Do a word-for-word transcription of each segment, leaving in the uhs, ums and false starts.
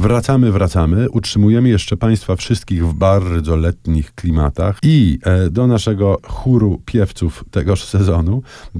Wracamy, wracamy. Utrzymujemy jeszcze Państwa wszystkich w bardzo letnich klimatach i e, do naszego chóru piewców tegoż sezonu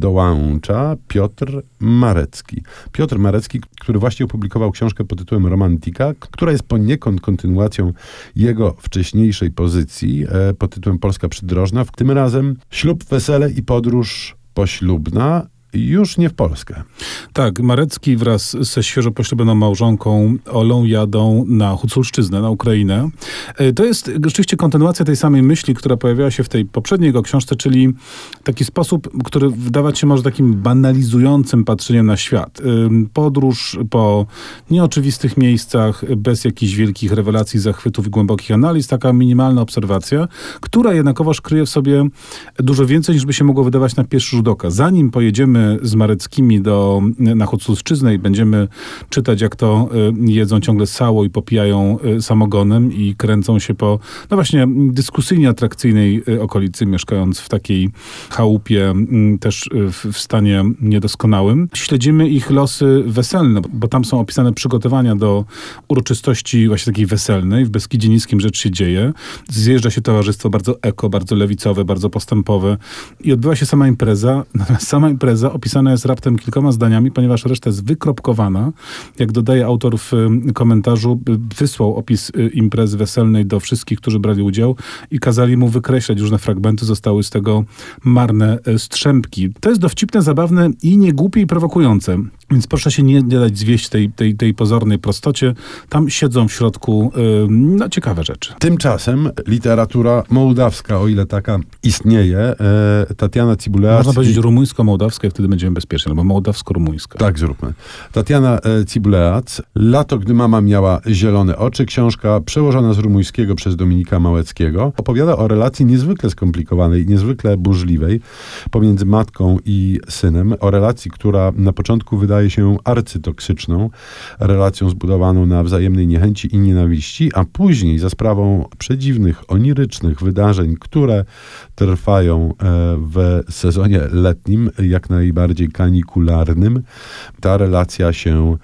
dołącza Piotr Marecki. Piotr Marecki, który właśnie opublikował książkę pod tytułem Romantika, która jest poniekąd kontynuacją jego wcześniejszej pozycji e, pod tytułem Polska przydrożna. Tym razem ślub, wesele i podróż poślubna. Już nie w Polskę. Tak, Marecki wraz ze świeżo poślubioną małżonką Olą jadą na Huculszczyznę, na Ukrainę. To jest rzeczywiście kontynuacja tej samej myśli, która pojawiała się w tej poprzedniej jego książce, czyli taki sposób, który wydawać się może takim banalizującym patrzeniem na świat. Podróż po nieoczywistych miejscach, bez jakichś wielkich rewelacji, zachwytów i głębokich analiz, taka minimalna obserwacja, która jednakowoż kryje w sobie dużo więcej, niż by się mogło wydawać na pierwszy rzut oka. Zanim pojedziemy z Mareckimi do, na Huculszczyznę i będziemy czytać, jak to y, jedzą ciągle sało i popijają y, samogonem i kręcą się po, no właśnie, dyskusyjnie atrakcyjnej y, okolicy, mieszkając w takiej chałupie, y, też y, w, w stanie niedoskonałym. Śledzimy ich losy weselne, bo tam są opisane przygotowania do uroczystości właśnie takiej weselnej. W Beskidzie Niskim rzecz się dzieje. Zjeżdża się towarzystwo bardzo eko, bardzo lewicowe, bardzo postępowe i odbywa się sama impreza. Natomiast sama impreza opisana jest raptem kilkoma zdaniami, ponieważ reszta jest wykropkowana. Jak dodaje autor w komentarzu, wysłał opis imprezy weselnej do wszystkich, którzy brali udział i kazali mu wykreślać różne fragmenty. Zostały z tego marne strzępki. To jest dowcipne, zabawne i niegłupie i prowokujące. Więc proszę się nie, nie dać zwieść tej, tej, tej pozornej prostocie. Tam siedzą w środku yy, no, ciekawe rzeczy. Tymczasem literatura mołdawska, o ile taka istnieje, e, Tatiana Cibuleac... Można powiedzieć rumuńsko-mołdawska i wtedy będziemy bezpieczni, albo mołdawsko-rumuńska. Tak, zróbmy. Tatiana e, Cibuleac, Lato, gdy mama miała zielone oczy, książka przełożona z rumuńskiego przez Dominika Małeckiego, opowiada o relacji niezwykle skomplikowanej, niezwykle burzliwej pomiędzy matką i synem, o relacji, która na początku wydaje się arcytoksyczną, relacją zbudowaną na wzajemnej niechęci i nienawiści, a później za sprawą przedziwnych, onirycznych wydarzeń, które trwają w sezonie letnim, jak najbardziej kanikularnym, ta relacja się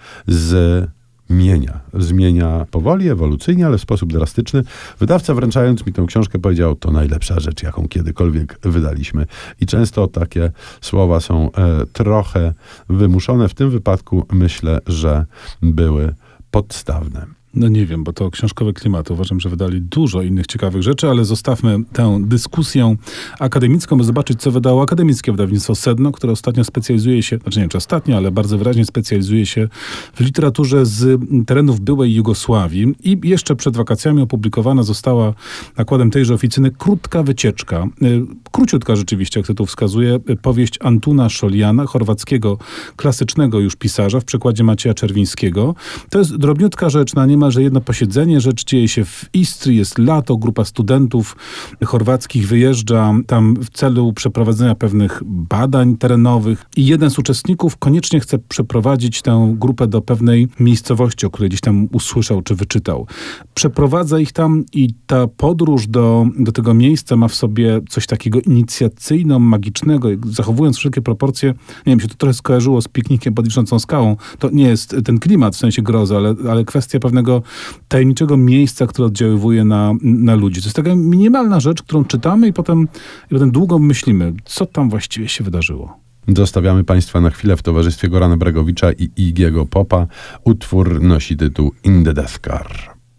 z Zmienia. Zmienia powoli, ewolucyjnie, ale w sposób drastyczny. Wydawca, wręczając mi tę książkę, powiedział, to najlepsza rzecz, jaką kiedykolwiek wydaliśmy. I często takie słowa są e, trochę wymuszone. W tym wypadku myślę, że były podstawne. No nie wiem, bo to książkowe klimaty. Uważam, że wydali dużo innych ciekawych rzeczy, ale zostawmy tę dyskusję akademicką, by zobaczyć, co wydało akademickie wydawnictwo Sedno, które ostatnio specjalizuje się, znaczy nie wiem, czy ostatnio, ale bardzo wyraźnie specjalizuje się w literaturze z terenów byłej Jugosławii. I jeszcze przed wakacjami opublikowana została nakładem tejże oficyny krótka wycieczka. Króciutka rzeczywiście, jak tytuł wskazuje, powieść Antuna Szoliana, chorwackiego, klasycznego już pisarza, w przekładzie Macieja Czerwińskiego. To jest drobniutka rzecz na niemalże jedno posiedzenie. Rzecz dzieje się w Istrii, jest lato, grupa studentów chorwackich wyjeżdża tam w celu przeprowadzenia pewnych badań terenowych i jeden z uczestników koniecznie chce przeprowadzić tę grupę do pewnej miejscowości, o której gdzieś tam usłyszał czy wyczytał. Przeprowadza ich tam i ta podróż do, do tego miejsca ma w sobie coś takiego inicjacyjno-magicznego, zachowując wszelkie proporcje. Nie wiem, się to trochę skojarzyło z piknikiem pod wiszącą skałą. To nie jest ten klimat w sensie grozy, ale, ale kwestia pewnego tajemniczego miejsca, które oddziaływuje na, na ludzi. To jest taka minimalna rzecz, którą czytamy i potem, i potem długo myślimy, co tam właściwie się wydarzyło. Zostawiamy Państwa na chwilę w towarzystwie Gorana Bregowicza i Igiego Popa. Utwór nosi tytuł In the Death Car.